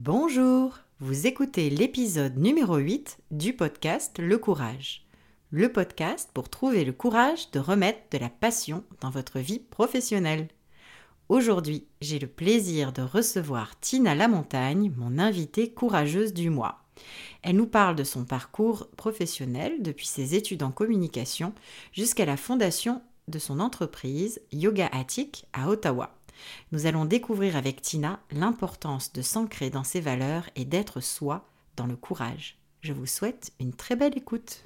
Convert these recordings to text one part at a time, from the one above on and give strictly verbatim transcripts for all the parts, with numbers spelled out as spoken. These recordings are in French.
Bonjour, vous écoutez l'épisode numéro huit du podcast Le Courage. Le podcast pour trouver le courage de remettre de la passion dans votre vie professionnelle. Aujourd'hui, j'ai le plaisir de recevoir Tina Lamontagne, mon invitée courageuse du mois. Elle nous parle de son parcours professionnel depuis ses études en communication jusqu'à la fondation de son entreprise Yoga Attic à Ottawa. Nous allons découvrir avec Tina l'importance de s'ancrer dans ses valeurs et d'être soi dans le courage. Je vous souhaite une très belle écoute.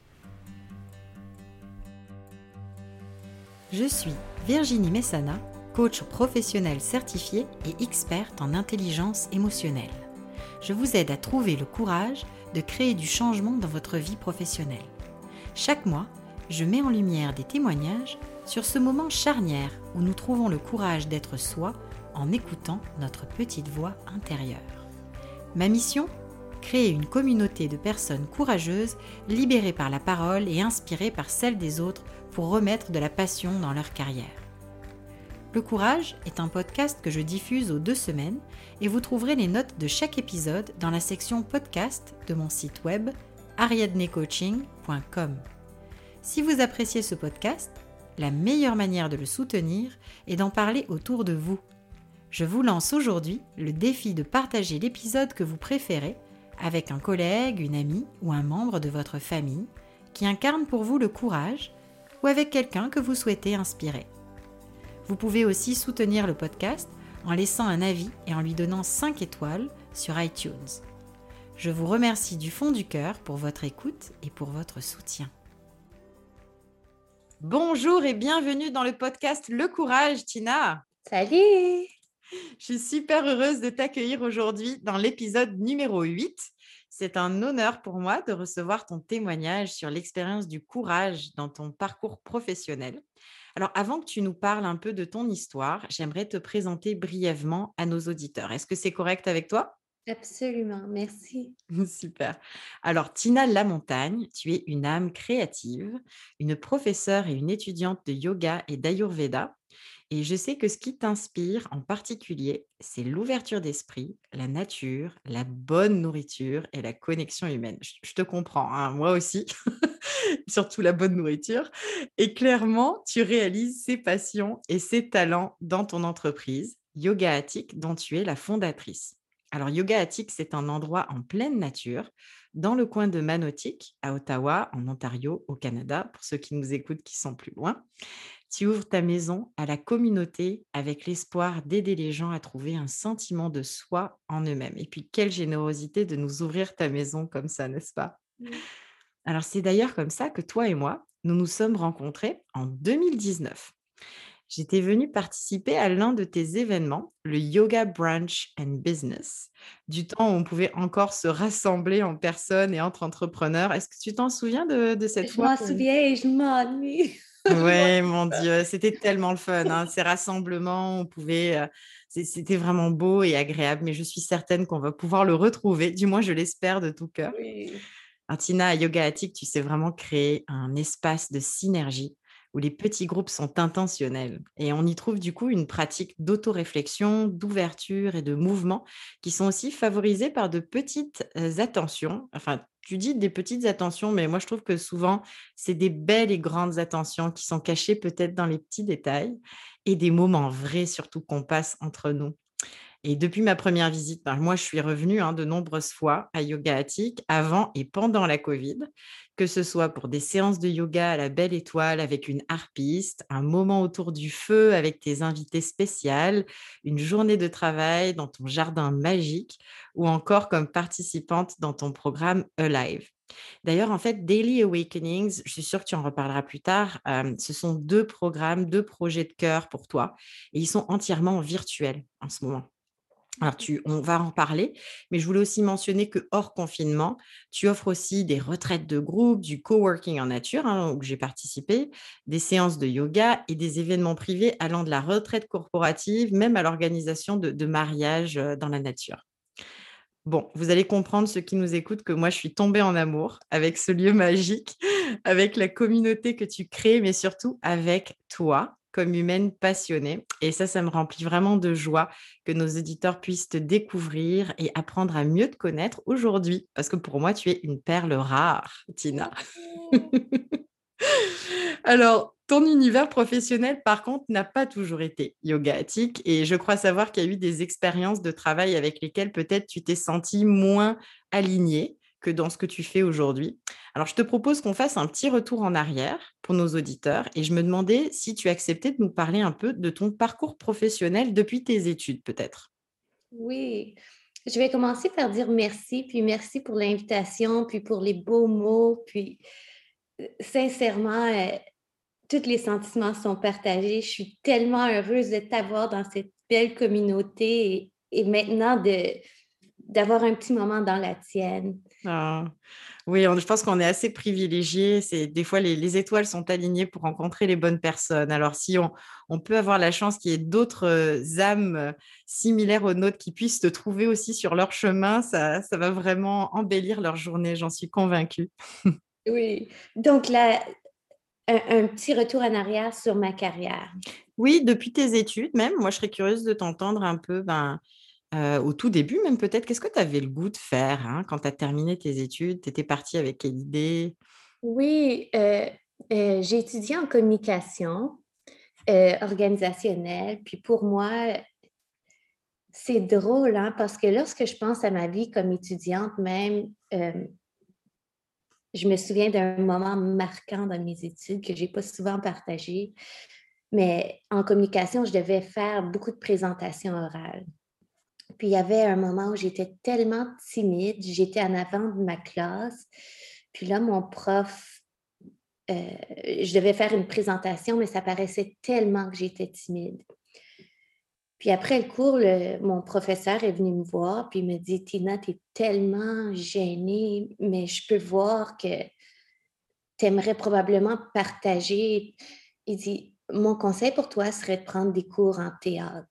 Je suis Virginie Messana, coach professionnel certifiée et experte en intelligence émotionnelle. Je vous aide à trouver le courage de créer du changement dans votre vie professionnelle. Chaque mois, je mets en lumière des témoignages sur ce moment charnière où nous trouvons le courage d'être soi en écoutant notre petite voix intérieure. Ma mission ? Créer une communauté de personnes courageuses, libérées par la parole et inspirées par celle des autres pour remettre de la passion dans leur carrière. Le Courage est un podcast que je diffuse aux deux semaines et vous trouverez les notes de chaque épisode dans la section podcast de mon site web ariadne coaching point com. Si vous appréciez ce podcast, la meilleure manière de le soutenir est d'en parler autour de vous. Je vous lance aujourd'hui le défi de partager l'épisode que vous préférez avec un collègue, une amie ou un membre de votre famille qui incarne pour vous le courage ou avec quelqu'un que vous souhaitez inspirer. Vous pouvez aussi soutenir le podcast en laissant un avis et en lui donnant cinq étoiles sur iTunes. Je vous remercie du fond du cœur pour votre écoute et pour votre soutien. Bonjour et bienvenue dans le podcast Le Courage, Tina. Salut! Je suis super heureuse de t'accueillir aujourd'hui dans l'épisode numéro huit. C'est un honneur pour moi de recevoir ton témoignage sur l'expérience du courage dans ton parcours professionnel. Alors, avant que tu nous parles un peu de ton histoire, j'aimerais te présenter brièvement à nos auditeurs. Est-ce que c'est correct avec toi ? Absolument, merci. Super. Alors, Tina Lamontagne, tu es une âme créative, une professeure et une étudiante de yoga et d'ayurveda. Et je sais que ce qui t'inspire en particulier, c'est l'ouverture d'esprit, la nature, la bonne nourriture et la connexion humaine. Je, je te comprends, hein, moi aussi, surtout la bonne nourriture. Et clairement, tu réalises ces passions et ces talents dans ton entreprise, Yoga Attic, dont tu es la fondatrice. Alors, Yoga Attic, c'est un endroit en pleine nature, dans le coin de Manotick, à Ottawa, en Ontario, au Canada, pour ceux qui nous écoutent qui sont plus loin. Tu ouvres ta maison à la communauté avec l'espoir d'aider les gens à trouver un sentiment de soi en eux-mêmes. Et puis, quelle générosité de nous ouvrir ta maison comme ça, n'est-ce pas ? Mm. Alors, c'est d'ailleurs comme ça que toi et moi, nous nous sommes rencontrés en deux mille dix-neuf. J'étais venue participer à l'un de tes événements, le Yoga Brunch and Business, du temps où on pouvait encore se rassembler en personne et entre entrepreneurs. Est-ce que tu t'en souviens de, de cette Je fois m'en où- souviens et je m'ennuie. Je m'en- Ouais, mon Dieu, c'était tellement le fun, hein, ces rassemblements, on pouvait, euh, c'est- c'était vraiment beau et agréable, mais je suis certaine qu'on va pouvoir le retrouver, du moins je l'espère de tout cœur. Oui. Alors, Tina, à Yoga Attic, tu sais vraiment créer un espace de synergie où les petits groupes sont intentionnels. Et on y trouve du coup une pratique d'autoréflexion, d'ouverture et de mouvement qui sont aussi favorisés par de petites euh, attentions. Enfin, tu dis des petites attentions, mais moi je trouve que souvent, c'est des belles et grandes attentions qui sont cachées peut-être dans les petits détails et des moments vrais surtout qu'on passe entre nous. Et depuis ma première visite, ben, moi, je suis revenue hein, de nombreuses fois à Yoga Attic avant et pendant la Covid, que ce soit pour des séances de yoga à la belle étoile avec une harpiste, un moment autour du feu avec tes invités spéciales, une journée de travail dans ton jardin magique ou encore comme participante dans ton programme Alive. D'ailleurs, en fait, Daily Awakenings, je suis sûre que tu en reparleras plus tard, euh, ce sont deux programmes, deux projets de cœur pour toi et ils sont entièrement virtuels en ce moment. Alors, tu, on va en parler, mais je voulais aussi mentionner que hors confinement, tu offres aussi des retraites de groupe, du coworking en nature, hein, où j'ai participé, des séances de yoga et des événements privés allant de la retraite corporative, même à l'organisation de, de mariages euh, dans la nature. Bon, vous allez comprendre, ceux qui nous écoutent, que moi, je suis tombée en amour avec ce lieu magique, avec la communauté que tu crées, mais surtout avec toi comme humaine passionnée. Et ça, ça me remplit vraiment de joie que nos auditeurs puissent te découvrir et apprendre à mieux te connaître aujourd'hui. Parce que pour moi, tu es une perle rare, Tina. Oh! Alors, ton univers professionnel, par contre, n'a pas toujours été yogatique et je crois savoir qu'il y a eu des expériences de travail avec lesquelles peut-être tu t'es sentie moins alignée que dans ce que tu fais aujourd'hui. Alors, je te propose qu'on fasse un petit retour en arrière pour nos auditeurs et je me demandais si tu acceptais de nous parler un peu de ton parcours professionnel depuis tes études, peut-être. Oui, je vais commencer par dire merci, puis merci pour l'invitation, puis pour les beaux mots, puis euh, sincèrement, euh, tous les sentiments sont partagés. Je suis tellement heureuse de t'avoir dans cette belle communauté et, et maintenant de d'avoir un petit moment dans la tienne. Ah. Oui, on je pense qu'on est assez privilégiés. C'est des fois les les étoiles sont alignées pour rencontrer les bonnes personnes. Alors si on on peut avoir la chance qu'il y ait d'autres, heu, âmes, heu, similaires aux nôtres qui puissent te trouver aussi sur leur chemin, ça ça va vraiment embellir leur journée, j'en suis convaincue. Oui, donc là, un, un petit retour en arrière sur ma carrière. Oui, depuis tes études même, moi je serais curieuse de t'entendre un peu, ben, heu, au tout début même peut-être, qu'est-ce que tu avais le goût de faire, hein, quand tu as terminé tes études? Tu étais partie avec quelle idée? Oui, euh, euh, j'ai étudié en communication euh, organisationnelle, puis pour moi, c'est drôle, hein, parce que lorsque je pense à ma vie comme étudiante même, euh, je me souviens d'un moment marquant dans mes études que j'ai pas souvent partagé, mais en communication, je devais faire beaucoup de présentations orales. Puis il y avait un moment où j'étais tellement timide, j'étais en avant de ma classe, puis là, mon prof, euh, je devais faire une présentation, mais ça paraissait tellement que j'étais timide. Puis après le cours, le- mon professeur est venu me voir, puis il me dit, Tina, tu es tellement gênée, mais je peux voir que tu aimerais probablement partager. Il dit, mon conseil pour toi serait de prendre des cours en théâtre.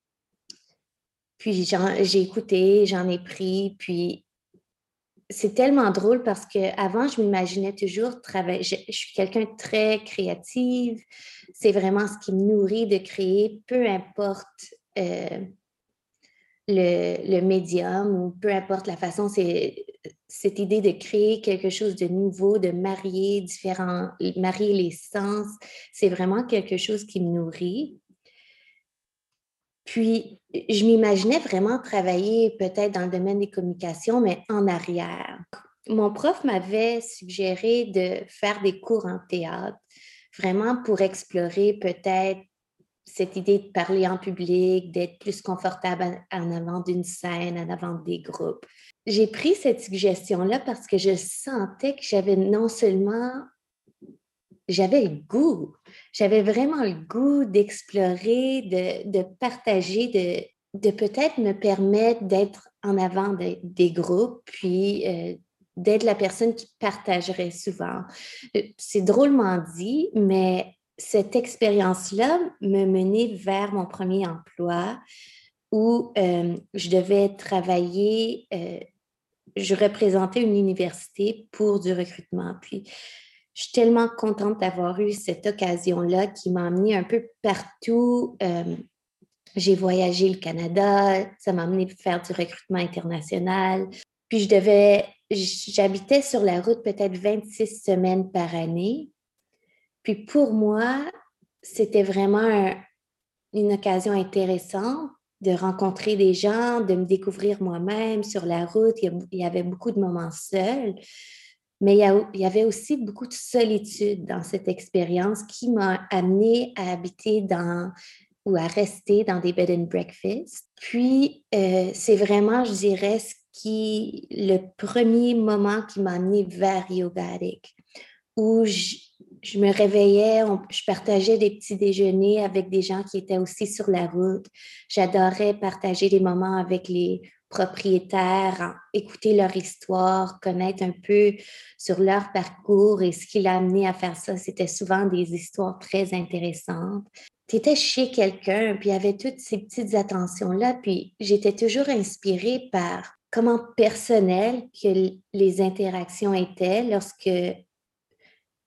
Puis j'en- j'ai écouté, j'en ai pris, puis c'est tellement drôle parce qu'avant, je m'imaginais toujours travailler. Je, je suis quelqu'un de très créative. C'est vraiment ce qui me nourrit de créer, peu importe euh, le, le médium ou peu importe la façon, c'est cette idée de créer quelque chose de nouveau, de marier différents, marier les sens, c'est vraiment quelque chose qui me nourrit. Puis, je m'imaginais vraiment travailler peut-être dans le domaine des communications, mais en arrière. Mon prof m'avait suggéré de faire des cours en théâtre, vraiment pour explorer peut-être cette idée de parler en public, d'être plus confortable en avant d'une scène, en avant des groupes. J'ai pris cette suggestion-là parce que je sentais que j'avais non seulement, j'avais le goût, j'avais vraiment le goût d'explorer, de, de partager, de, de peut-être me permettre d'être en avant de- des groupes, puis euh, d'être la personne qui partagerait souvent. Euh, C'est drôlement dit, mais cette expérience-là me menait vers mon premier emploi où euh, je devais travailler, euh, je représentais une université pour du recrutement. Puis, je suis tellement contente d'avoir eu cette occasion-là qui m'a emmenée un peu partout. Euh, j'ai voyagé le Canada, ça m'a amené faire du recrutement international. Puis, je devais, j'habitais sur la route peut-être vingt-six semaines par année. Puis, pour moi, c'était vraiment un, une occasion intéressante de rencontrer des gens, de me découvrir moi-même sur la route. Il y, a, il y avait beaucoup de moments seuls, mais il y, a, il y, avait aussi beaucoup de solitude dans cette expérience qui m'a amenée à habiter dans ou à rester dans des bed and breakfast. Puis, euh, c'est vraiment, je dirais, ce qui, le premier moment qui m'a amenée vers Yogatic, où je, je me réveillais, on- je partageais des petits déjeuners avec des gens qui étaient aussi sur la route. J'adorais partager des moments avec les propriétaires, en- écouter leur histoire, connaître un peu sur leur parcours et ce qui l'a amené à faire ça. C'était souvent des histoires très intéressantes. Tu étais chez quelqu'un, puis il y avait toutes ces petites attentions-là, puis j'étais toujours inspirée par comment personnelles que l- les interactions étaient lorsque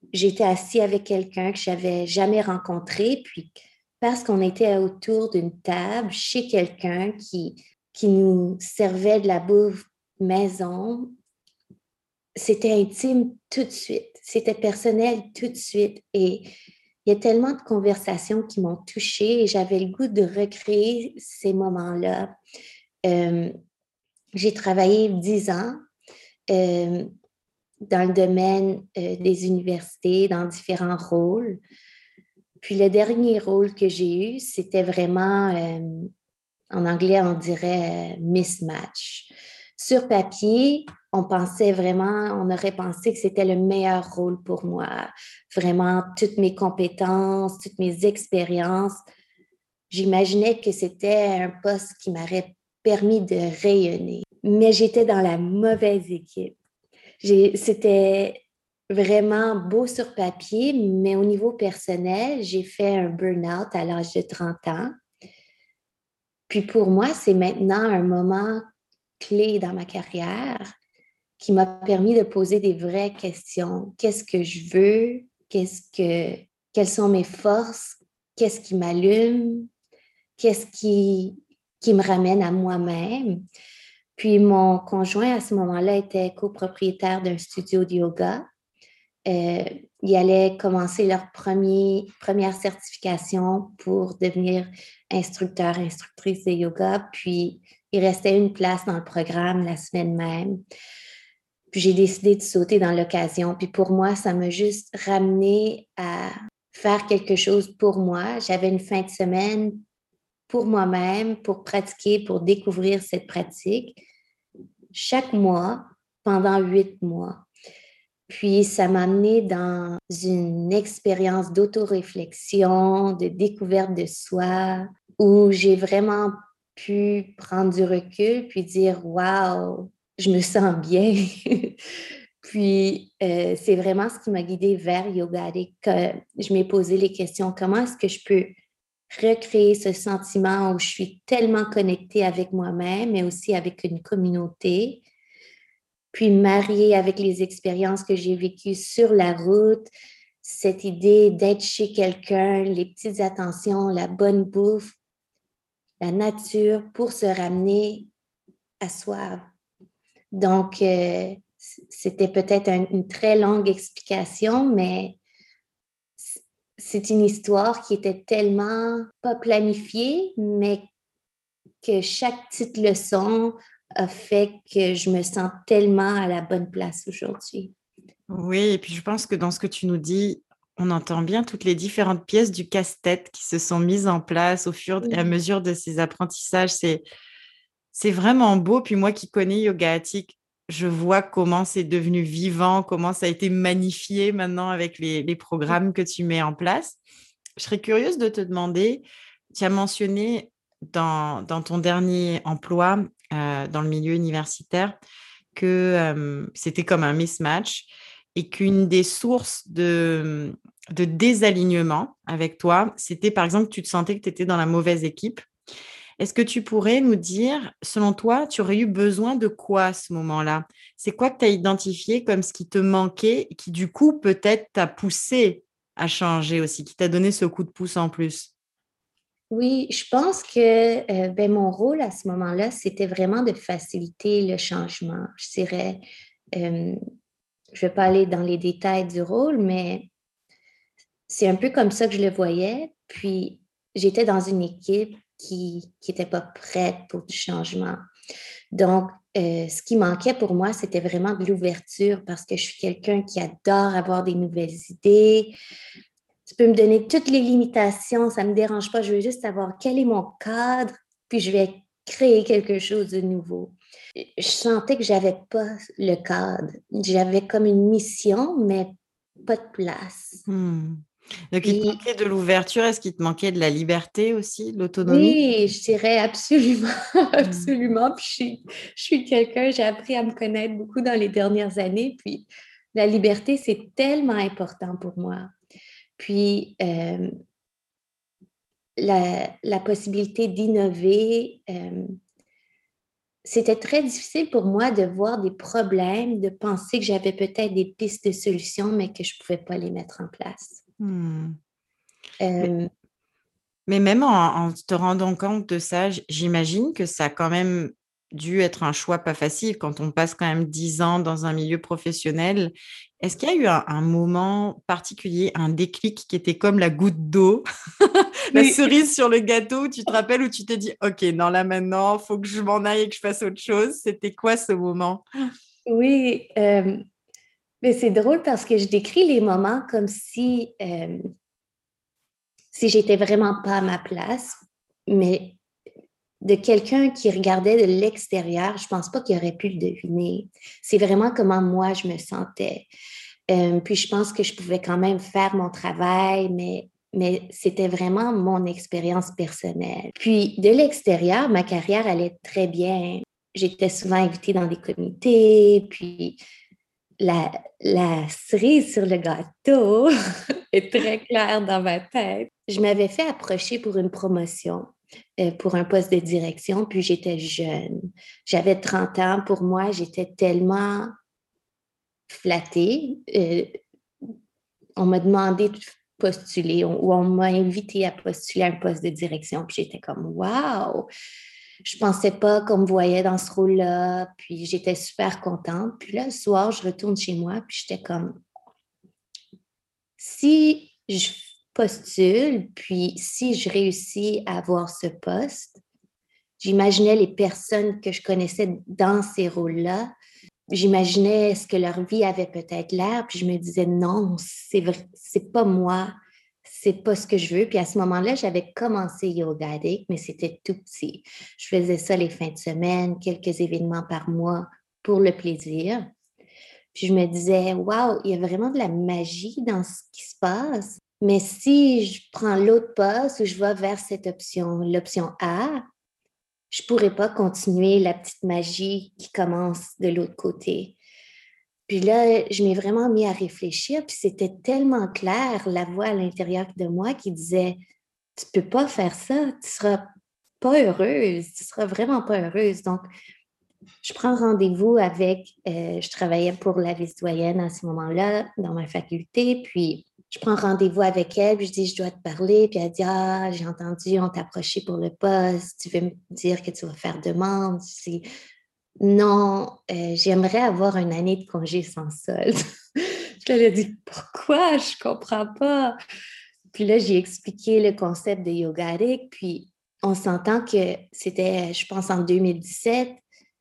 j'étais assise avec quelqu'un que j'avais jamais rencontré, puis parce qu'on était autour d'une table chez quelqu'un qui, qui nous servait de la bouffe maison, c'était intime tout de suite, c'était personnel tout de suite. Et il y a tellement de conversations qui m'ont touchée et j'avais le goût de recréer ces moments-là. Euh, j'ai travaillé dix ans euh, dans le domaine euh, des universités, dans différents rôles. Puis le dernier rôle que j'ai eu, c'était vraiment, euh, en anglais, on dirait euh, mismatch. Sur papier, on pensait vraiment, on aurait pensé que c'était le meilleur rôle pour moi. Vraiment, toutes mes compétences, toutes mes expériences. J'imaginais que c'était un poste qui m'aurait permis de rayonner. Mais j'étais dans la mauvaise équipe. J'ai, c'était vraiment beau sur papier, mais au niveau personnel, j'ai fait un burn-out à l'âge de trente ans. Puis pour moi, c'est maintenant un moment clé dans ma carrière qui m'a permis de poser des vraies questions. Qu'est-ce que je veux? Qu'est-ce que, quelles sont mes forces? Qu'est-ce qui m'allume? Qu'est-ce qui, qui me ramène à moi-même? Puis mon conjoint, à ce moment-là, était copropriétaire d'un studio de yoga. Euh, ils allaient commencer leur premier, première certification pour devenir instructeur, instructrice de yoga. Puis, il restait une place dans le programme la semaine même. Puis, j'ai décidé de sauter dans l'occasion. Puis, pour moi, ça m'a juste ramené à faire quelque chose pour moi. J'avais une fin de semaine pour moi-même, pour pratiquer, pour découvrir cette pratique chaque mois pendant huit mois. Puis, ça m'a amené dans une expérience d'autoréflexion, de découverte de soi, où j'ai vraiment pu prendre du recul puis dire, waouh, je me sens bien. Puis, euh, c'est vraiment ce qui m'a guidée vers Yogatic. Je m'ai posé les questions, comment est-ce que je peux recréer ce sentiment où je suis tellement connectée avec moi-même, mais aussi avec une communauté, puis marier avec les expériences que j'ai vécues sur la route, cette idée d'être chez quelqu'un, les petites attentions, la bonne bouffe, la nature pour se ramener à soi. Donc, euh, c'était peut-être un, une très longue explication, mais c'est une histoire qui était tellement pas planifiée, mais que chaque petite leçon a fait que je me sens tellement à la bonne place aujourd'hui. Oui, et puis je pense que dans ce que tu nous dis, on entend bien toutes les différentes pièces du casse-tête qui se sont mises en place au fur et à Mm. mesure de ces apprentissages. C'est, c'est vraiment beau. Puis moi qui connais Yoga Attic, je vois comment c'est devenu vivant, comment ça a été magnifié maintenant avec les, les programmes que tu mets en place. Je serais curieuse de te demander, tu as mentionné dans, dans ton dernier emploi euh, dans le milieu universitaire que euh, c'était comme un mismatch et qu'une des sources de, de désalignement avec toi, c'était par exemple que tu te sentais que tu étais dans la mauvaise équipe. Est-ce que tu pourrais nous dire, selon toi, tu aurais eu besoin de quoi à ce moment-là? C'est quoi que tu as identifié comme ce qui te manquait et qui, du coup, peut-être t'a poussé à changer aussi, qui t'a donné ce coup de pouce en plus? Oui, je pense que euh, ben, mon rôle à ce moment-là, c'était vraiment de faciliter le changement. Je dirais, euh, je ne vais pas aller dans les détails du rôle, mais c'est un peu comme ça que je le voyais. Puis, j'étais dans une équipe qui n'était pas prête pour du changement. Donc, euh, ce qui manquait pour moi, c'était vraiment de l'ouverture parce que je suis quelqu'un qui adore avoir des nouvelles idées. Tu peux me donner toutes les limitations, ça ne me dérange pas. Je veux juste savoir quel est mon cadre, puis je vais créer quelque chose de nouveau. Je sentais que j'avais pas le cadre. J'avais comme une mission, mais pas de place. Hmm. Donc, il te Puis manquait de l'ouverture. Est-ce qu'il te manquait de la liberté aussi, de l'autonomie? oui, je dirais absolument, Hmm. absolument. Puis je suis, je suis quelqu'un, j'ai appris à me connaître beaucoup dans les dernières années. Puis la liberté, c'est tellement important pour moi. Puis euh, la, la possibilité d'innover, euh, c'était très difficile pour moi de voir des problèmes, de penser que j'avais peut-être des pistes de solutions, mais que je ne pouvais pas les mettre en place. Mmh. Mais Euh, mais même en en te rendant compte de ça, j j'imagine que ça a quand même dû être un choix pas facile quand on passe quand même dix ans dans un milieu professionnel. Est-ce qu'il y a eu un un moment particulier, un déclic qui était comme la goutte d'eau, la oui, cerise sur le gâteau, où tu te rappelles, où tu t'es dit: «OK, non, là, maintenant, faut que je m'en aille et que je fasse autre chose». C'était quoi ce moment? oui. Euh, mais c'est drôle parce que je décris les moments comme si, euh, si j'étais vraiment pas à ma place, mais de quelqu'un qui regardait de l'extérieur, je pense pas qu'il aurait pu le deviner. C'est vraiment comment moi je me sentais. Euh, puis je pense que je pouvais quand même faire mon travail, mais, mais c'était vraiment mon expérience personnelle. Puis de l'extérieur, ma carrière allait très bien. J'étais souvent invitée dans des comités, puis la, la cerise sur le gâteau est très claire dans ma tête. Je m'avais fait approcher pour une promotion, euh, pour un poste de direction, puis j'étais jeune. J'avais trente ans. Pour moi, j'étais tellement flattée. Euh, on m'a demandé de postuler on- ou on m'a invité à postuler à un poste de direction. Puis j'étais comme, waouh! Je pensais pas qu'on me voyait dans ce rôle-là. Puis j'étais super contente. Puis là, le soir, je retourne chez moi. Puis j'étais comme, si je postule, puis si je réussis à avoir ce poste, j'imaginais les personnes que je connaissais dans ces rôles-là. J'imaginais ce que leur vie avait peut-être l'air, puis je me disais non, c'est vrai, c'est pas moi, c'est pas ce que je veux. Puis à ce moment-là, j'avais commencé Yoga Addict, mais c'était tout petit. Je faisais ça les fins de semaine, quelques événements par mois pour le plaisir. Puis je me disais, waouh, il y a vraiment de la magie dans ce qui se passe. Mais si je prends l'autre poste ou je vais vers cette option, l'option A, je pourrais pas continuer la petite magie qui commence de l'autre côté. Puis là, je m'ai vraiment mis à réfléchir, puis c'était tellement clair, la voix à l'intérieur de moi qui disait, tu peux pas faire ça, tu seras pas heureuse, tu seras vraiment pas heureuse. Donc, je prends rendez-vous avec, euh, je travaillais pour la vice-doyenne à ce moment-là dans ma faculté, puis je prends rendez-vous avec elle, puis je dis, je dois te parler, puis elle dit, ah, j'ai entendu, on t'a approché pour le poste, tu veux me dire que tu vas faire demande? Je dis, non, euh, j'aimerais avoir une année de congé sans solde. Je lui ai dit, pourquoi? Je comprends pas. Puis là, j'ai expliqué le concept de yoga addict, puis on s'entend que c'était, je pense, en deux mille dix-sept.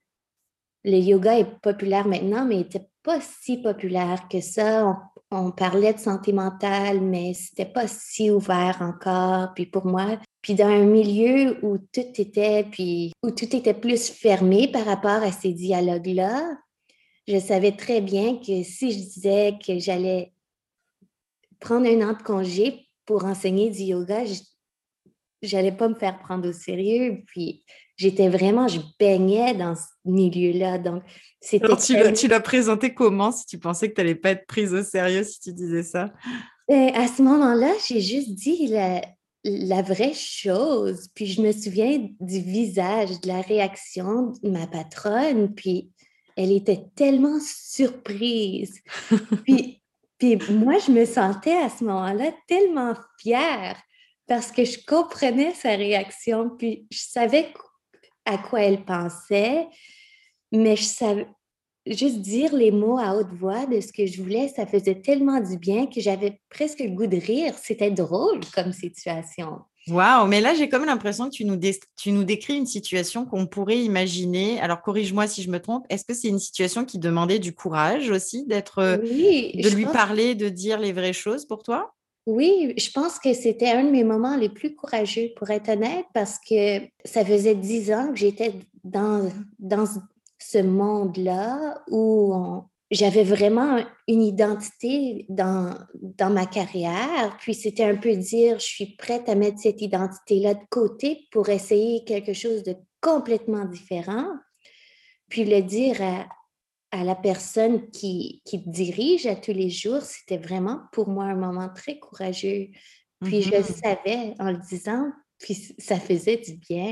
Le yoga est populaire maintenant, mais il n'était pas si populaire que ça. On, on parlait de santé mentale, mais c'était pas si ouvert encore. Puis pour moi, puis dans un milieu où tout était, puis où tout était plus fermé par rapport à ces dialogues-là, je savais très bien que si je disais que j'allais prendre un an de congé pour enseigner du yoga, je j'allais pas me faire prendre au sérieux. Puis j'étais vraiment, je baignais dans ce milieu-là. Donc, Alors c'était tu l'as tu l'as présenté comment si tu pensais que tu allais pas être prise au sérieux si tu disais ça? ben, à ce moment-là, j'ai juste dit la, la vraie chose. Puis je me souviens du visage, de la réaction de ma patronne. Puis elle était tellement surprise. Puis, puis moi, je me sentais à ce moment-là tellement fière parce que je comprenais sa réaction. Puis je savais à quoi elle pensait, mais je savais juste dire les mots à haute voix de ce que je voulais, ça faisait tellement du bien que j'avais presque le goût de rire. C'était drôle comme situation. Waouh! Mais là, j'ai comme l'impression que tu nous dé tu nous décris une situation qu'on pourrait imaginer. Alors corrige-moi si je me trompe. Est-ce que c'est une situation qui demandait du courage aussi d'être, heu, Oui, de je lui pense, parler, de dire les vraies choses pour toi? oui, je pense que c'était un de mes moments les plus courageux, pour être honnête, parce que ça faisait dix ans que j'étais dans, dans ce monde-là où on- j'avais vraiment une identité dans, dans ma carrière. Puis c'était un peu dire, je suis prête à mettre cette identité-là de côté pour essayer quelque chose de complètement différent. Puis le dire à, à la personne qui, qui te dirige à tous les jours, c'était vraiment pour moi un moment très courageux. Puis je le Mmh. savais en le disant, puis ça faisait du bien.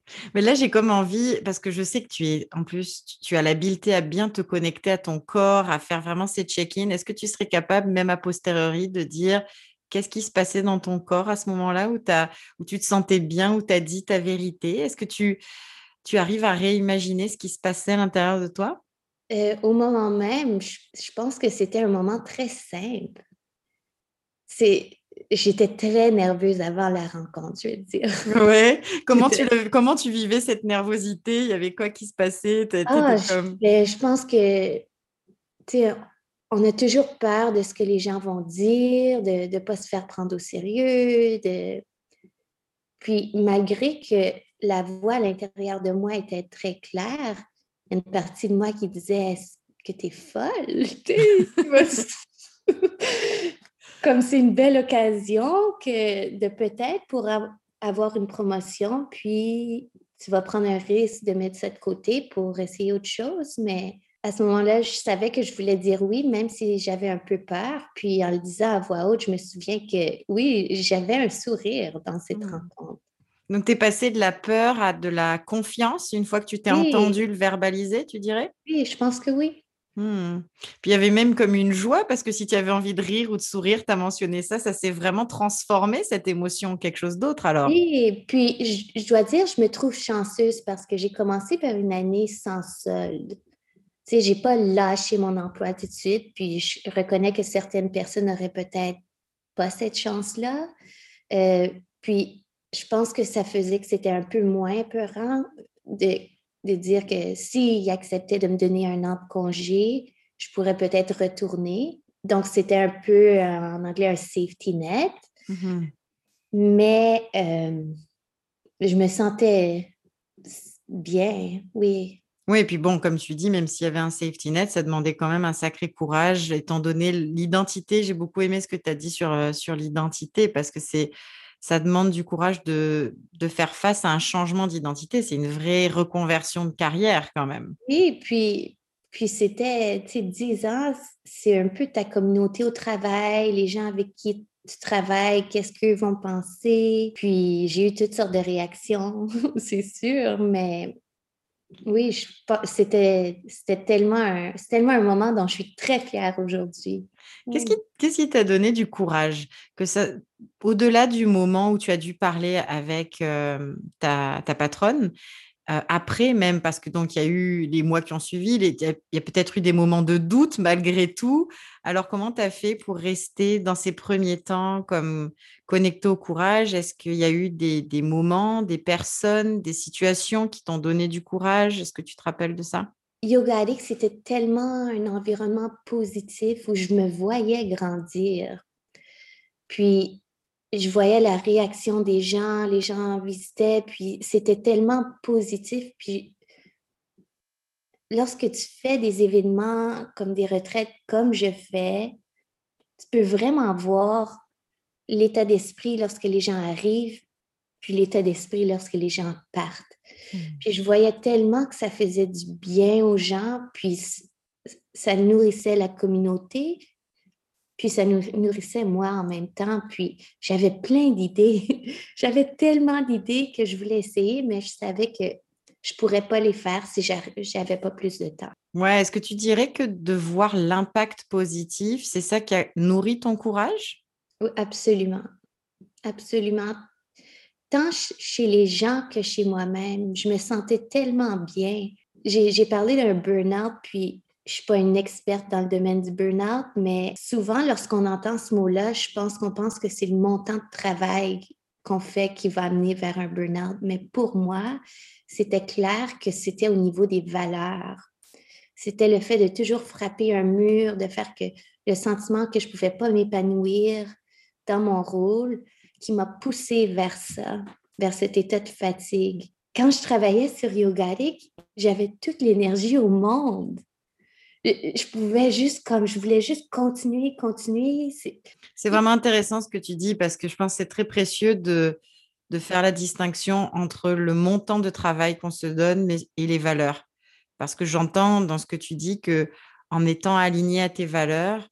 Mais là, j'ai comme envie, parce que je sais que tu es, en plus, tu, tu as l'habileté à bien te connecter à ton corps, à faire vraiment ces check-in. Est-ce que tu serais capable, même a posteriori, de dire qu'est-ce qui se passait dans ton corps à ce moment-là où, t'as- où tu te sentais bien, où tu as dit ta vérité? Est-ce que tu, tu arrives à réimaginer ce qui se passait à l'intérieur de toi? Euh, au moment même, je, je pense que c'était un moment très simple. C'est, j'étais très nerveuse avant la rencontre, je veux dire. Ouais. Comment tu, J'étais, le- comment tu vivais cette nervosité? Il y avait quoi qui se passait? T'é- ah, T'étais je, comme... ben, je pense que, tu sais, on a toujours peur de ce que les gens vont dire, de ne pas se faire prendre au sérieux. De... Puis, malgré que la voix à l'intérieur de moi était très claire, il y a une partie de moi qui disait est-ce que tu es folle? Tu sais, tu vas- Comme c'est une belle occasion que de peut-être pour av- avoir une promotion, puis tu vas prendre un risque de mettre ça de côté pour essayer autre chose. Mais à ce moment-là, je savais que je voulais dire oui, même si j'avais un peu peur. Puis en le disant à voix haute, je me souviens que oui, j'avais un sourire dans cette Hmm. rencontre. Donc, tu es passé de la peur à de la confiance une fois que tu t'es Oui, entendu le verbaliser, tu dirais? oui, je pense que oui. Hmm. Puis il y avait même comme une joie parce que si tu avais envie de rire ou de sourire, tu as mentionné ça, ça s'est vraiment transformé cette émotion en quelque chose d'autre alors. Et puis, je, je dois dire, je me trouve chanceuse parce que j'ai commencé par une année sans solde. Tu sais, j'ai pas lâché mon emploi tout de suite, puis je reconnais que certaines personnes n'auraient peut-être pas cette chance-là. Euh, puis, je pense que ça faisait que c'était un peu moins peurant de, de dire que s'ils acceptaient de me donner un an de congé, je pourrais peut-être retourner. Donc, c'était un peu, euh, en anglais, un safety net. Mhm. Mais euh, je me sentais bien, oui. Oui, et puis bon, comme tu dis, même s'il y avait un safety net, ça demandait quand même un sacré courage, étant donné l'identité. J'ai beaucoup aimé ce que tu as dit sur, euh, sur l'identité, parce que c'est, ça demande du courage de, de faire face à un changement d'identité. C'est une vraie reconversion de carrière quand même. Et puis, puis c'était, tu sais, dix ans, c'est un peu ta communauté au travail, les gens avec qui tu travailles, qu'est-ce qu'eux vont penser. Puis j'ai eu toutes sortes de réactions, c'est sûr, mais oui, je pa- c'était, c'était tellement un, c'est tellement un moment dont je suis très fière aujourd'hui. Qu'est-ce Mm. qui, qu'est-ce qui t'a donné du courage? Que ça, au-delà du moment où tu as dû parler avec euh, ta, ta patronne, euh, après même, parce que donc il y a eu les mois qui ont suivi, les- il y a, il y a peut-être eu des moments de doute malgré tout. Alors, comment tu as fait pour rester dans ces premiers temps comme connecté au courage? Est-ce qu'il y a eu des, des moments, des personnes, des situations qui t'ont donné du courage? Est-ce que tu te rappelles de ça? Yoga Addict, c'était tellement un environnement positif où je me voyais grandir. Puis, je voyais la réaction des gens, les gens visitaient, puis c'était tellement positif. Puis, lorsque tu fais des événements comme des retraites, comme je fais, tu peux vraiment voir l'état d'esprit lorsque les gens arrivent, puis l'état d'esprit lorsque les gens partent. Hmm. Puis, je voyais tellement que ça faisait du bien aux gens, puis ça nourrissait la communauté. Puis ça nous nourrissait moi en même temps. Puis j'avais plein d'idées. J'avais tellement d'idées que je voulais essayer, mais je savais que je ne pourrais pas les faire si j'avais pas plus de temps. Ouais, est-ce que tu dirais que de voir l'impact positif, c'est ça qui a nourri ton courage? Oui, absolument. Absolument. Tant chez les gens que chez moi-même, je me sentais tellement bien. J'ai j'ai parlé d'un burn-out, puis je ne suis pas une experte dans le domaine du burn-out, mais souvent, lorsqu'on entend ce mot-là, je pense qu'on pense que c'est le montant de travail qu'on fait qui va amener vers un burn-out. Mais pour moi, c'était clair que c'était au niveau des valeurs. C'était le fait de toujours frapper un mur, de faire que le sentiment que je ne pouvais pas m'épanouir dans mon rôle qui m'a poussée vers ça, vers cet état de fatigue. Quand je travaillais sur Yogaric, j'avais toute l'énergie au monde. Je pouvais juste, comme je voulais juste continuer, continuer. C'est... C'est vraiment intéressant ce que tu dis parce que je pense que c'est très précieux de, de faire la distinction entre le montant de travail qu'on se donne mais, et les valeurs. Parce que j'entends dans ce que tu dis que en étant aligné à tes valeurs,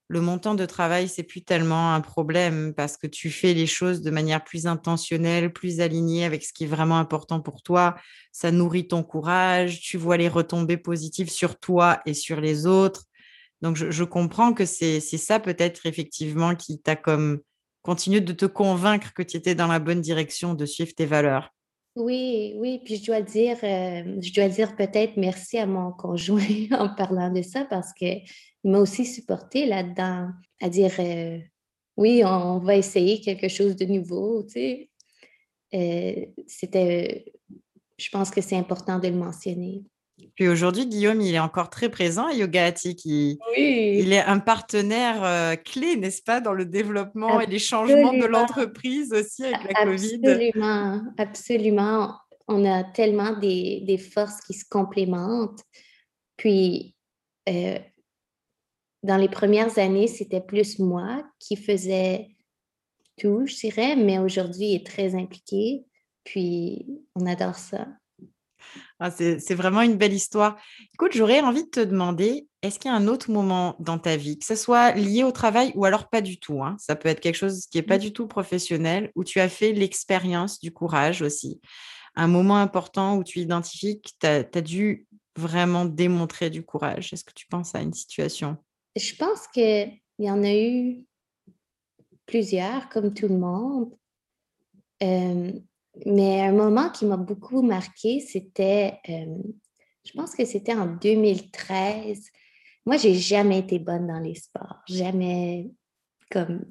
le montant de travail, c'est plus tellement un problème parce que tu fais les choses de manière plus intentionnelle, plus alignée avec ce qui est vraiment important pour toi. Ça nourrit ton courage, tu vois les retombées positives sur toi et sur les autres. Donc, je, je comprends que c'est, c'est ça peut-être effectivement qui t'a comme continué de te convaincre que tu étais dans la bonne direction, de suivre tes valeurs. Oui, oui, puis je dois dire, euh, je dois dire peut-être merci à mon conjoint en parlant de ça parce que il m'a aussi supporté là-dedans, à dire euh, oui, on va essayer quelque chose de nouveau, tu sais. Euh, c'était, je pense que c'est important de le mentionner. Puis aujourd'hui, Guillaume, il est encore très présent à Yoga Attic. Il, il Oui, est un partenaire euh, clé, n'est-ce pas, dans le développement et les changements de absolument, l'entreprise aussi avec la Covid. absolument, absolument. On a tellement des, des forces qui se complémentent. Puis, euh, dans les premières années, c'était plus moi qui faisais tout, je dirais, mais aujourd'hui, il est très impliqué. Puis, on adore ça. Ah, c'est, c'est vraiment une belle histoire. Écoute, j'aurais envie de te demander, est-ce qu'il y a un autre moment dans ta vie, que ce soit lié au travail ou alors pas du tout, hein, ça peut être quelque chose qui n'est pas du tout professionnel, où tu as fait l'expérience du courage aussi. Un moment important où tu identifies que tu as dû vraiment démontrer du courage. Est-ce que tu penses à une situation? Je pense qu'il y en a eu plusieurs, comme tout le monde. Euh, mais un moment qui m'a beaucoup marqué, c'était, euh, je pense que c'était en deux mille treize. Moi, j'ai jamais été bonne dans les sports. Jamais, comme,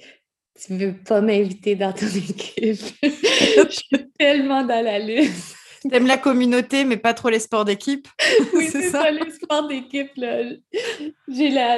tu veux pas m'inviter dans ton équipe. Je suis tellement dans la lutte. T'aimes la communauté, mais pas trop les sports d'équipe, Oui, c'est c'est ça, ça? les sports d'équipe, là. J'ai la...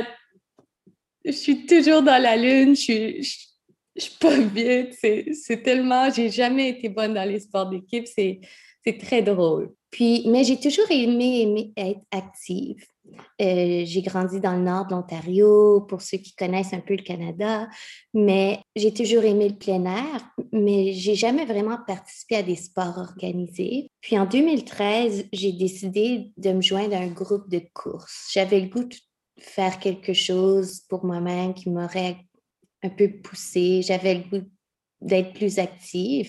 Je suis toujours dans la lune, je suis, je, je suis pas vite. C'est, c'est tellement... J'ai jamais été bonne dans les sports d'équipe. C'est, c'est très drôle. Puis, mais j'ai toujours aimé, aimé être active. Euh, j'ai grandi dans le nord de l'Ontario, pour ceux qui connaissent un peu le Canada, mais j'ai toujours aimé le plein air, mais j'ai jamais vraiment participé à des sports organisés. Puis en deux mille treize, j'ai décidé de me joindre à un groupe de course. J'avais le goût de faire quelque chose pour moi-même qui m'aurait un peu poussée. J'avais le goût d'être plus active.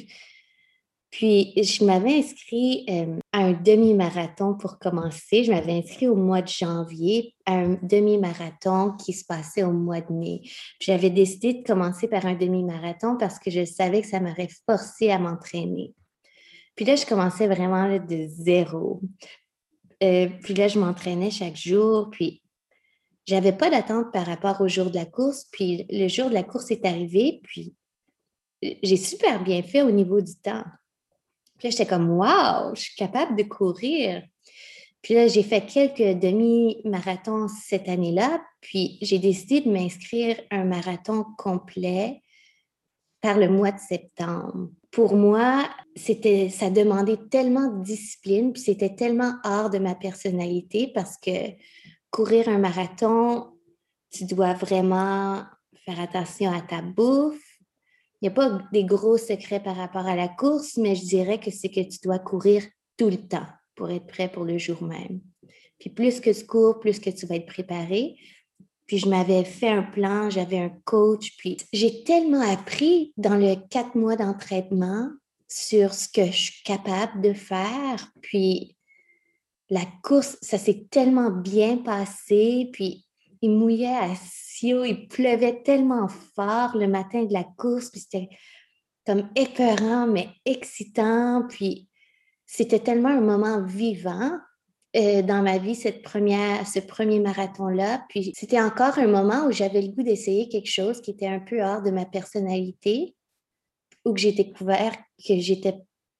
Puis, je m'avais inscrit euh, à un demi-marathon pour commencer. Je m'avais inscrit au mois de janvier à un demi-marathon qui se passait au mois de mai. J'avais décidé de commencer par un demi-marathon parce que je savais que ça m'aurait forcé à m'entraîner. Puis là, je commençais vraiment là, de zéro. Euh, puis là, je m'entraînais chaque jour. Puis, j'avais pas d'attente par rapport au jour de la course. Puis, le jour de la course est arrivé. Puis, j'ai super bien fait au niveau du temps. Puis là, j'étais comme, waouh, je suis capable de courir. Puis là, j'ai fait quelques demi-marathons cette année-là. Puis j'ai décidé de m'inscrire à un marathon complet par le mois de septembre. Pour moi, c'était, ça demandait tellement de discipline, puis c'était tellement hors de ma personnalité parce que courir un marathon, tu dois vraiment faire attention à ta bouffe. Il n'y a pas des gros secrets par rapport à la course, mais je dirais que c'est que tu dois courir tout le temps pour être prêt pour le jour même. Puis plus que tu cours, plus que tu vas être préparé. Puis je m'avais fait un plan, j'avais un coach, puis j'ai tellement appris dans le quatre mois d'entraînement sur ce que je suis capable de faire. Puis la course, ça s'est tellement bien passé, puis il mouillait à Sio, il pleuvait tellement fort le matin de la course, puis c'était comme épeurant, mais excitant. Puis c'était tellement un moment vivant euh, dans ma vie, cette première, ce premier marathon-là. Puis c'était encore un moment où j'avais le goût d'essayer quelque chose qui était un peu hors de ma personnalité, où que j'ai découvert que j'étais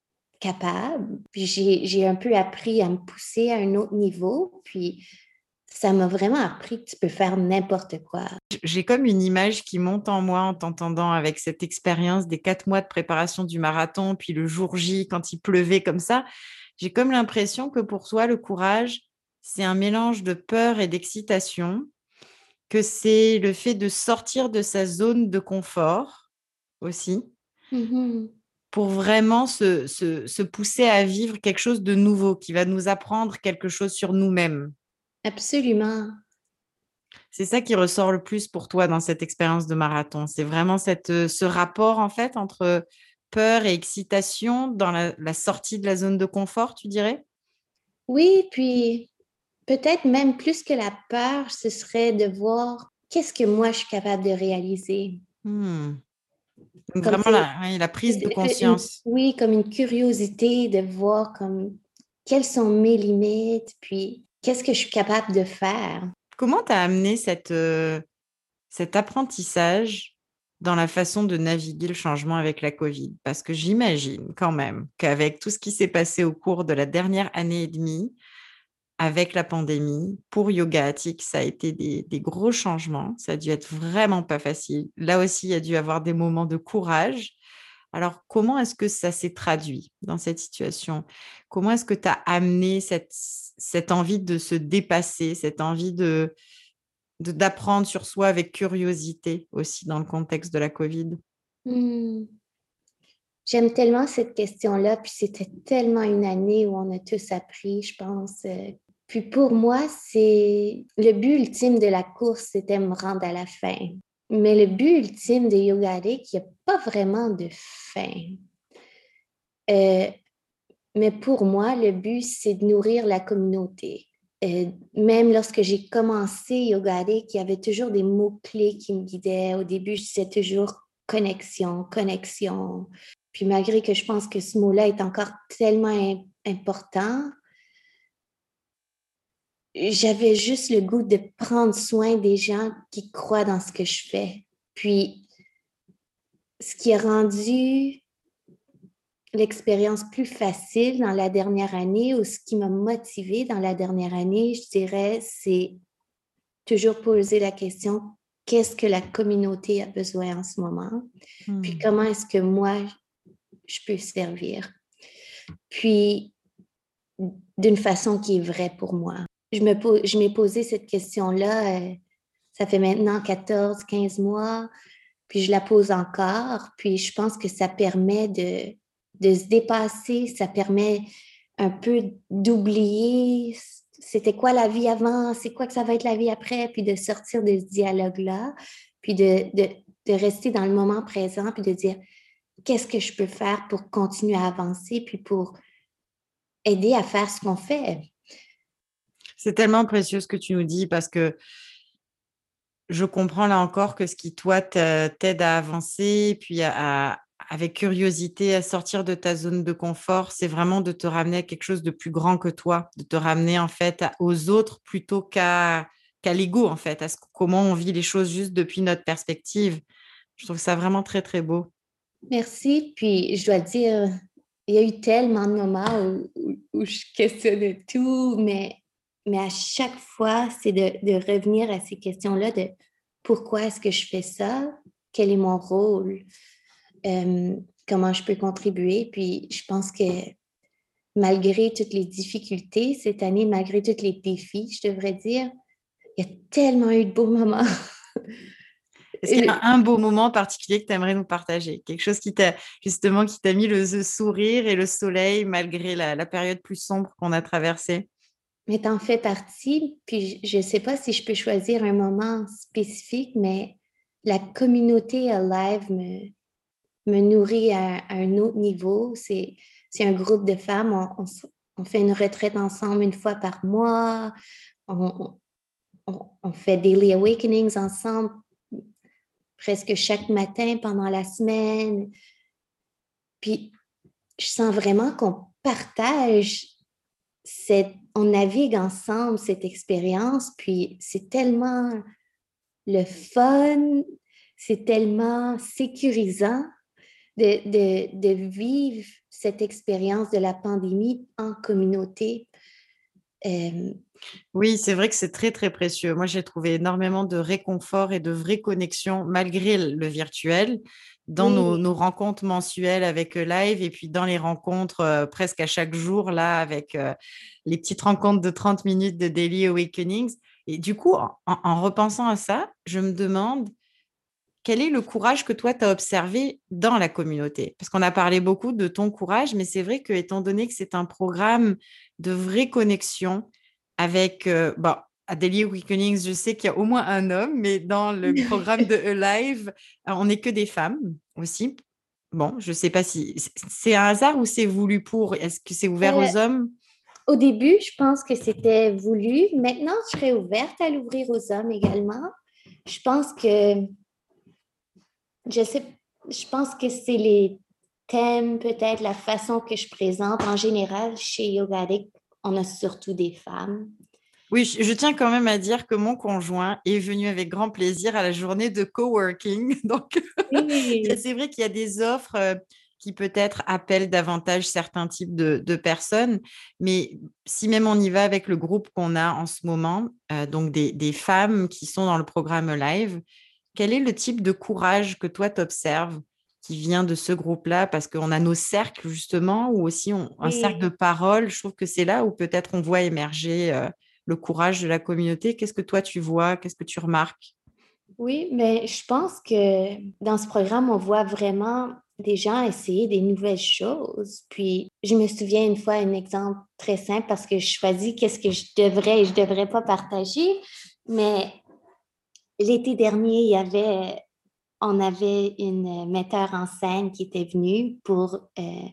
capable. Puis j'ai, j'ai un peu appris à me pousser à un autre niveau. Puis ça m'a vraiment appris que tu peux faire n'importe quoi. J'ai comme une image qui monte en moi en t'entendant avec cette expérience des quatre mois de préparation du marathon, puis le jour J, quand il pleuvait comme ça. J'ai comme l'impression que pour toi, le courage, c'est un mélange de peur et d'excitation, que c'est le fait de sortir de sa zone de confort aussi, Mhm. pour vraiment se, se, se pousser à vivre quelque chose de nouveau, qui va nous apprendre quelque chose sur nous-mêmes. Absolument. C'est ça qui ressort le plus pour toi dans cette expérience de marathon. C'est vraiment cette, euh, ce rapport en fait entre peur et excitation dans la, la sortie de la zone de confort, tu dirais? Oui, puis peut-être même plus que la peur, ce serait de voir qu'est-ce que moi je suis capable de réaliser. Hmm. Donc Comme vraiment c'est, la, oui, la prise de c'est une- conscience. oui, comme une curiosité de voir comme quelles sont mes limites, puis qu'est-ce que je suis capable de faire. Comment tu as amené cette, euh, cet apprentissage dans la façon de naviguer le changement avec la Covid? Parce que j'imagine quand même qu'avec tout ce qui s'est passé au cours de la dernière année et demie, avec la pandémie, pour Yoga Attic, ça a été des, des gros changements. Ça a dû être vraiment pas facile. Là aussi, il y a dû avoir des moments de courage. Alors, comment est-ce que ça s'est traduit dans cette situation? Comment est-ce que tu as amené cette, cette envie de se dépasser, cette envie de, de- d'apprendre sur soi avec curiosité aussi dans le contexte de la Covid? Hmm. J'aime tellement cette question-là, puis c'était tellement une année où on a tous appris, je pense. euh. Puis pour moi, c'est le but ultime de la course, c'était me rendre à la fin. Mais le but ultime de Yoga Addict, il n'y a pas vraiment de fin. Euh, mais pour moi, le but, c'est de nourrir la communauté. Euh, même lorsque j'ai commencé Yoga Addict, il y avait toujours des mots-clés qui me guidaient. Au début, je disais toujours connexion, connexion. Puis malgré que je pense que ce mot-là est encore tellement im- important, j'avais juste le goût de prendre soin des gens qui croient dans ce que je fais. Puis ce qui a rendu l'expérience plus facile dans la dernière année ou ce qui m'a motivée dans la dernière année, je dirais, c'est toujours poser la question, qu'est-ce que la communauté a besoin en ce moment? Puis Hmm. comment est-ce que moi, je peux servir? Puis d'une façon qui est vraie pour moi. Je me pose, je m'ai posé cette question-là, euh, ça fait maintenant quatorze, quinze mois, puis je la pose encore, puis je pense que ça permet de, de se dépasser, ça permet un peu d'oublier c'était quoi la vie avant, c'est quoi que ça va être la vie après, puis de sortir de ce dialogue-là, puis de, de, de rester dans le moment présent, puis de dire qu'est-ce que je peux faire pour continuer à avancer, puis pour aider à faire ce qu'on fait. C'est tellement précieux ce que tu nous dis parce que je comprends là encore que ce qui, toi, t'a- t'aide à avancer, puis à, à- avec curiosité, à sortir de ta zone de confort, c'est vraiment de te ramener à quelque chose de plus grand que toi, de te ramener en fait à- aux autres plutôt qu'à qu'à l'ego, en fait, à ce, comment on vit les choses juste depuis notre perspective. Je trouve ça vraiment très, très beau. Merci. Puis je dois dire, il y a eu tellement de moments où, où- où je questionnais tout, mais, mais à chaque fois, c'est de, de revenir à ces questions-là de pourquoi est-ce que je fais ça? Quel est mon rôle? Euh, comment je peux contribuer? Puis je pense que malgré toutes les difficultés cette année, malgré tous les défis, je devrais dire, il y a tellement eu de beaux moments. Est-ce qu'il y a un beau moment particulier que tu aimerais nous partager? Quelque chose qui t'a justement qui t'a mis le, le sourire et le soleil malgré la, la période plus sombre qu'on a traversée? Mais t'en fais partie, puis je ne sais pas si je peux choisir un moment spécifique, mais la communauté Alive me, me nourrit à, à un autre niveau. C'est, c'est un groupe de femmes, on, on on fait une retraite ensemble une fois par mois, on, on, on fait Daily Awakenings ensemble presque chaque matin pendant la semaine. Puis je sens vraiment qu'on partage cette, on navigue ensemble cette expérience, puis c'est tellement le fun, c'est tellement sécurisant de, de, de vivre cette expérience de la pandémie en communauté. Euh, Oui, c'est vrai que c'est très, très précieux. Moi, j'ai trouvé énormément de réconfort et de vraie connexion malgré le virtuel dans nos, oui, nos rencontres mensuelles avec euh, Live et puis dans les rencontres euh, presque à chaque jour là avec euh, les petites rencontres de trente minutes de Daily Awakenings. Et du coup, en, en repensant à ça, je me demande quel est le courage que toi, tu as observé dans la communauté? Parce qu'on a parlé beaucoup de ton courage, mais c'est vrai que, étant donné que c'est un programme de vraie connexion avec, euh, bon, à Daily Awakenings, je sais qu'il y a au moins un homme, mais dans le programme de Alive, euh, on n'est que des femmes aussi. Bon, je ne sais pas si c'est un hasard ou c'est voulu pour. Est-ce que c'est ouvert Euh, aux hommes? Au début, je pense que c'était voulu. Maintenant, je serais ouverte à l'ouvrir aux hommes également. Je pense que, je sais, je pense que c'est les thèmes, peut-être la façon que je présente. En général, chez Yoga Addict, on a surtout des femmes. Oui, je, je tiens quand même à dire que mon conjoint est venu avec grand plaisir à la journée de coworking. Donc, Oui, c'est vrai qu'il y a des offres euh, qui peut-être appellent davantage certains types de, de personnes. Mais si même on y va avec le groupe qu'on a en ce moment, euh, donc des, des femmes qui sont dans le programme Live, quel est le type de courage que toi, tu observes qui vient de ce groupe-là? Parce qu'on a nos cercles, justement, ou aussi on- un cercle de oui. parole. Je trouve que c'est là où peut-être on voit émerger euh, le courage de la communauté. Qu'est-ce que toi, tu vois? Qu'est-ce que tu remarques? Oui, mais je pense que dans ce programme, on voit vraiment des gens essayer des nouvelles choses. Puis, je me souviens une fois un exemple très simple parce que je choisis qu'est-ce que je devrais et je ne devrais pas partager. Mais l'été dernier, il y avait, on avait une metteur en scène qui était venue pour, euh,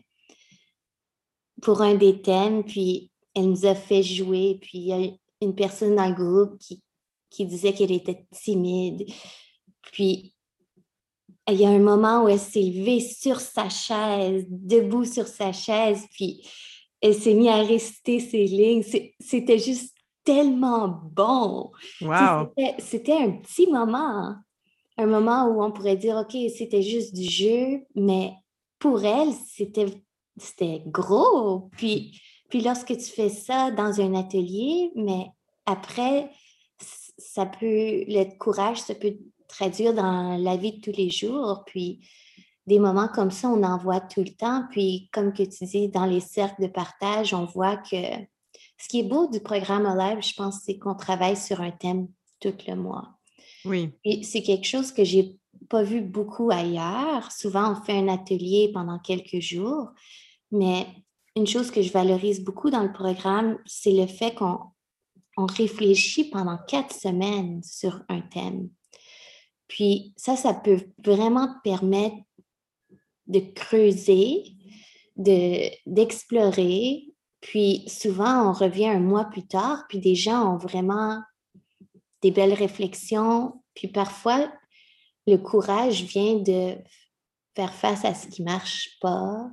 pour un des thèmes, puis elle nous a fait jouer. Puis, il y a une personne dans le groupe qui, qui disait qu'elle était timide. Puis, il y a un moment où elle s'est levée sur sa chaise, debout sur sa chaise, puis elle s'est mise à réciter ses lignes. C'était juste tellement bon. Waouh! C'était, c'était un petit moment, un moment où on pourrait dire, OK, c'était juste du jeu, mais pour elle, c'était, c'était gros. Puis, puis lorsque tu fais ça dans un atelier, mais après, ça peut, le courage, ça peut traduire dans la vie de tous les jours. Puis des moments comme ça, on en voit tout le temps. Puis comme que tu dis, dans les cercles de partage, on voit que ce qui est beau du programme Alive, je pense, c'est qu'on travaille sur un thème tout le mois. Oui, Et c'est quelque chose que j'ai pas vu beaucoup ailleurs. Souvent, on fait un atelier pendant quelques jours, mais une chose que je valorise beaucoup dans le programme, c'est le fait qu'on on réfléchit pendant quatre semaines sur un thème. Puis ça, ça peut vraiment te permettre de creuser, de, d'explorer. Puis souvent, on revient un mois plus tard, puis des gens ont vraiment des belles réflexions. Puis parfois, le courage vient de faire face à ce qui ne marche pas,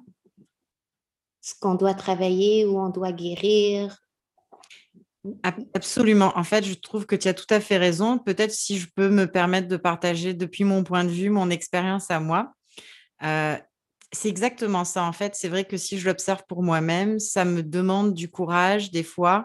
ce qu'on doit travailler ou on doit guérir. ab- absolument. En fait, je trouve que tu as tout à fait raison. Peut-être si je peux me permettre de partager depuis mon point de vue, mon expérience à moi. Euh, c'est exactement ça. En fait, c'est vrai que si je l'observe pour moi-même, ça me demande du courage des fois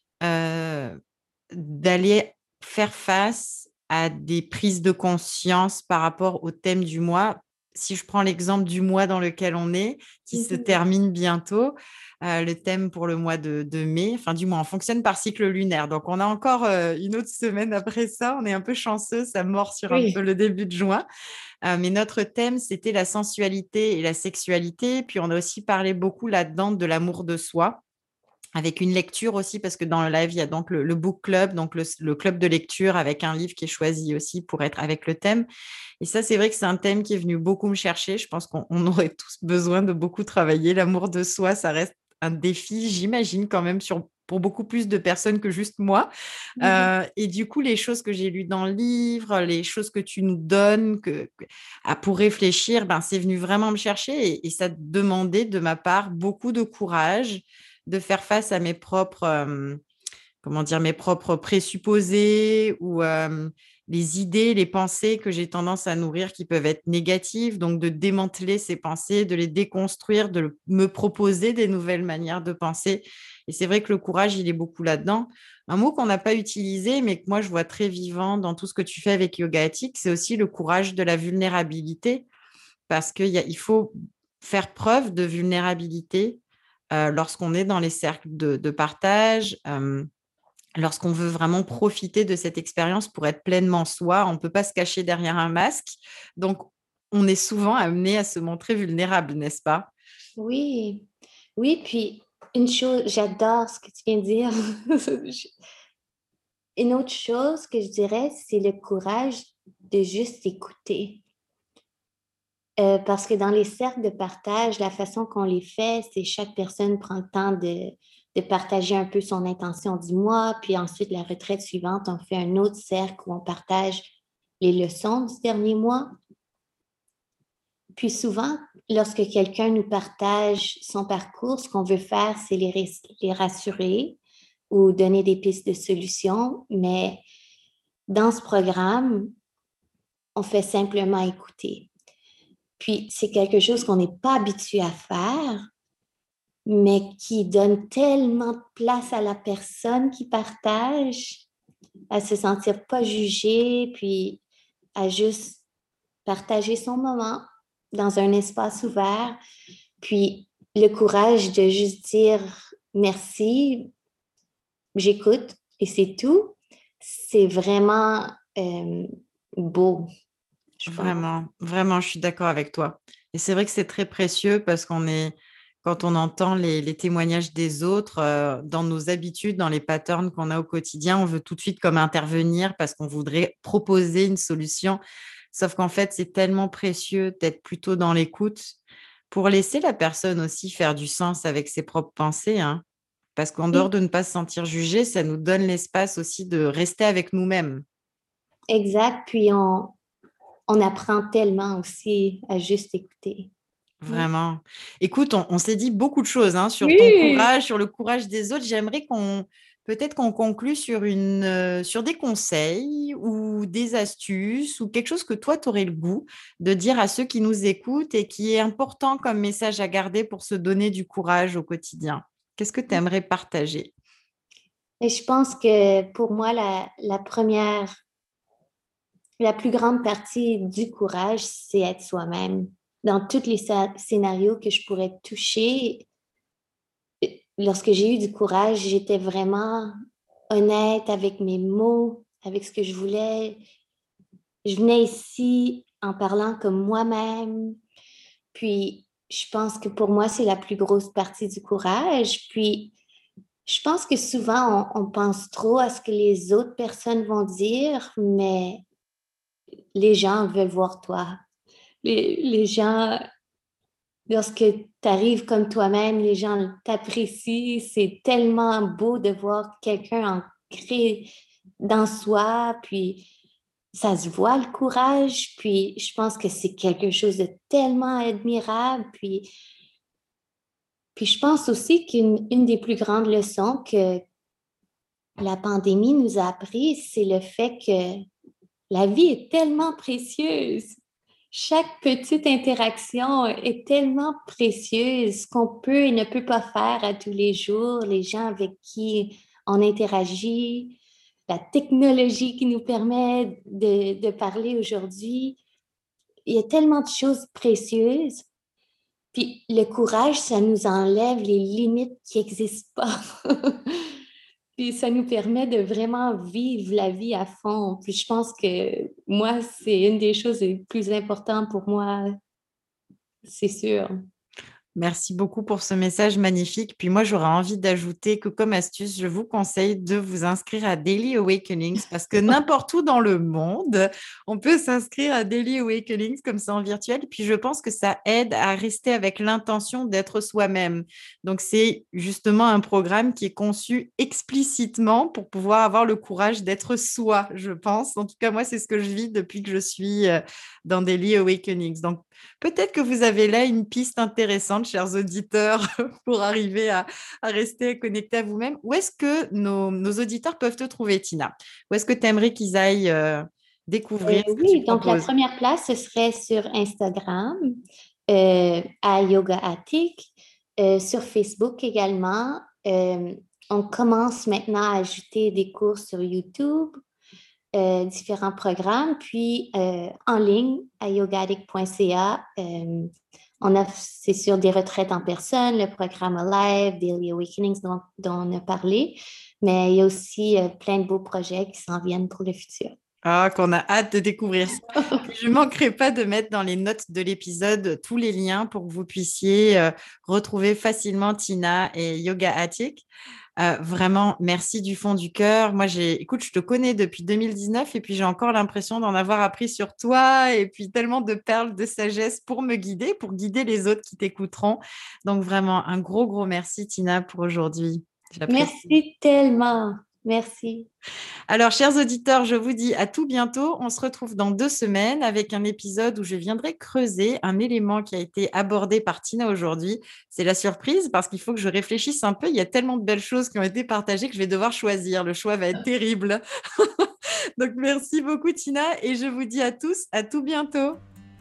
euh, d'aller faire face à des prises de conscience par rapport au thème du mois. Si je prends l'exemple du mois dans lequel on est, qui se Mhm. termine bientôt, euh, le thème pour le mois de, de mai, enfin du moins, on fonctionne par cycle lunaire. Donc, on a encore euh, une autre semaine après ça. On est un peu chanceux, ça mord sur un peu Oui. le début de juin. Euh, mais notre thème, c'était la sensualité et la sexualité. Puis, on a aussi parlé beaucoup là-dedans de l'amour de soi avec une lecture aussi, parce que dans le live, il y a donc le, le book club, donc le, le, club de lecture avec un livre qui est choisi aussi pour être avec le thème. Et ça, c'est vrai que c'est un thème qui est venu beaucoup me chercher. Je pense qu'on aurait tous besoin de beaucoup travailler. L'amour de soi, ça reste un défi, j'imagine, quand même, sur, pour beaucoup plus de personnes que juste moi. Mhm. Euh, et du coup, les choses que j'ai lues dans le livre, les choses que tu nous donnes que, que, à, pour réfléchir, ben, c'est venu vraiment me chercher et, et ça demandait de ma part beaucoup de courage de faire face à mes propres, euh, comment dire, mes propres présupposés ou euh, les idées, les pensées que j'ai tendance à nourrir qui peuvent être négatives. Donc, de démanteler ces pensées, de les déconstruire, de me proposer des nouvelles manières de penser. Et c'est vrai que le courage, il est beaucoup là-dedans. Un mot qu'on n'a pas utilisé, mais que moi, je vois très vivant dans tout ce que tu fais avec Yoga Ethic, c'est aussi le courage de la vulnérabilité parce qu'il faut faire preuve de vulnérabilité euh, lorsqu'on est dans les cercles de, de partage, euh, lorsqu'on veut vraiment profiter de cette expérience pour être pleinement soi. On ne peut pas se cacher derrière un masque. Donc, on est souvent amené à se montrer vulnérable, n'est-ce pas? Oui, oui, puis une chose, j'adore ce que tu viens de dire. une autre chose que je dirais, c'est le courage de juste écouter. Euh, parce que dans les cercles de partage, la façon qu'on les fait, c'est chaque personne prend le temps de, de partager un peu son intention du mois, puis ensuite, la retraite suivante, on fait un autre cercle où on partage les leçons du dernier mois. Puis souvent, lorsque quelqu'un nous partage son parcours, ce qu'on veut faire, c'est les, les rassurer ou donner des pistes de solutions. Mais dans ce programme, on fait simplement écouter. Puis c'est quelque chose qu'on n'est pas habitué à faire, mais qui donne tellement de place à la personne qui partage, à se sentir pas jugée, puis à juste partager son moment dans un espace ouvert. Puis le courage de juste dire merci, j'écoute et c'est tout, c'est vraiment euh, beau, je pense. Vraiment, vraiment, je suis d'accord avec toi. Et c'est vrai que c'est très précieux parce qu'on est, quand on entend les, les témoignages des autres, euh, dans nos habitudes, dans les patterns qu'on a au quotidien, on veut tout de suite comme intervenir parce qu'on voudrait proposer une solution. Sauf qu'en fait, c'est tellement précieux d'être plutôt dans l'écoute pour laisser la personne aussi faire du sens avec ses propres pensées, hein. Parce qu'en dehors Oui, de ne pas se sentir jugé, ça nous donne l'espace aussi de rester avec nous-mêmes. exact. Puis on, on apprend tellement aussi à juste écouter. Oui. Vraiment. Écoute, on, on s'est dit beaucoup de choses, hein, sur ton Oui. courage, sur le courage des autres. J'aimerais qu'on, peut-être qu'on conclue sur une, euh, sur des conseils ou des astuces ou quelque chose que toi, tu aurais le goût de dire à ceux qui nous écoutent et qui est important comme message à garder pour se donner du courage au quotidien. Qu'est-ce que tu aimerais partager? Et je pense que pour moi, la, la première, la plus grande partie du courage, c'est être soi-même. Dans tous les sa- scénarios que je pourrais toucher, lorsque j'ai eu du courage, j'étais vraiment honnête avec mes mots, avec ce que je voulais. Je venais ici en parlant comme moi-même. Puis, je pense que pour moi, c'est la plus grosse partie du courage. Puis, je pense que souvent, on, on pense trop à ce que les autres personnes vont dire, mais les gens veulent voir toi. Les, les gens, lorsque tu arrives comme toi-même, les gens t'apprécient. C'est tellement beau de voir quelqu'un ancré dans soi, puis ça se voit le courage, puis je pense que c'est quelque chose de tellement admirable, puis, puis je pense aussi qu'une une des plus grandes leçons que la pandémie nous a appris, c'est le fait que la vie est tellement précieuse. Chaque petite interaction est tellement précieuse qu'on peut et ne peut pas faire à tous les jours. Les gens avec qui on interagit, la technologie qui nous permet de, de parler aujourd'hui. Il y a tellement de choses précieuses. Puis le courage, ça nous enlève les limites qui n'existent pas. Puis ça nous permet de vraiment vivre la vie à fond. Puis je pense que moi, c'est une des choses les plus importantes pour moi, c'est sûr. Merci beaucoup pour ce message magnifique. Puis moi, j'aurais envie d'ajouter que comme astuce, je vous conseille de vous inscrire à Daily Awakenings parce que n'importe où dans le monde, on peut s'inscrire à Daily Awakenings comme ça en virtuel. Puis je pense que ça aide à rester avec l'intention d'être soi-même. Donc c'est justement un programme qui est conçu explicitement pour pouvoir avoir le courage d'être soi, je pense. En tout cas, moi, c'est ce que je vis depuis que je suis euh, dans Daily Awakenings. Donc peut-être que vous avez là une piste intéressante, chers auditeurs, pour arriver à, à rester connectés à vous-même. Où est-ce que nos, nos auditeurs peuvent te trouver, Tina? Où est-ce que tu aimerais qu'ils aillent euh, Euh, découvrir ce que tu oui, donc la proposes? première place, ce serait sur Instagram, euh, à Yoga Attic, euh, sur Facebook également. Euh, on commence maintenant à ajouter des cours sur YouTube, euh, différents programmes, puis euh, en ligne à yogatic point c a. Euh, on a, c'est sur des retraites en personne, le programme Alive, Daily Awakenings dont, dont on a parlé, mais il y a aussi euh, plein de beaux projets qui s'en viennent pour le futur. Ah, qu'on a hâte de découvrir ça. Puis je ne manquerai pas de mettre dans les notes de l'épisode tous les liens pour que vous puissiez euh, retrouver facilement Tina et Yoga Attic. Euh, vraiment, merci du fond du cœur. Moi, j'ai, écoute, je te connais depuis deux mille dix-neuf et puis j'ai encore l'impression d'en avoir appris sur toi et puis tellement de perles de sagesse pour me guider, pour guider les autres qui t'écouteront. Donc vraiment, un gros, gros merci, Tina, pour aujourd'hui. J'apprécie. Merci tellement. Merci. Alors, chers auditeurs, je vous dis à tout bientôt. On se retrouve dans deux semaines avec un épisode où je viendrai creuser un élément qui a été abordé par Tina aujourd'hui. C'est la surprise parce qu'il faut que je réfléchisse un peu. Il y a tellement de belles choses qui ont été partagées que je vais devoir choisir. Le choix va être terrible. Donc, merci beaucoup, Tina. Et je vous dis à tous, à tout bientôt.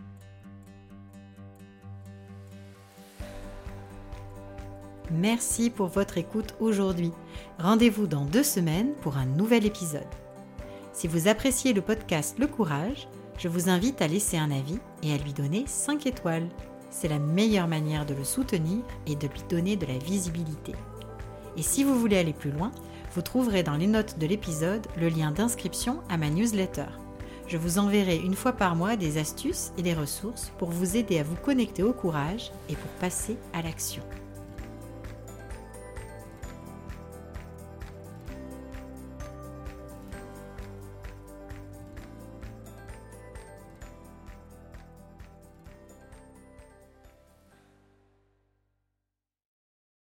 Merci pour votre écoute aujourd'hui. Rendez-vous dans deux semaines pour un nouvel épisode. Si vous appréciez le podcast Le Courage, je vous invite à laisser un avis et à lui donner cinq étoiles. C'est la meilleure manière de le soutenir et de lui donner de la visibilité. Et si vous voulez aller plus loin, vous trouverez dans les notes de l'épisode le lien d'inscription à ma newsletter. Je vous enverrai une fois par mois des astuces et des ressources pour vous aider à vous connecter au courage et pour passer à l'action.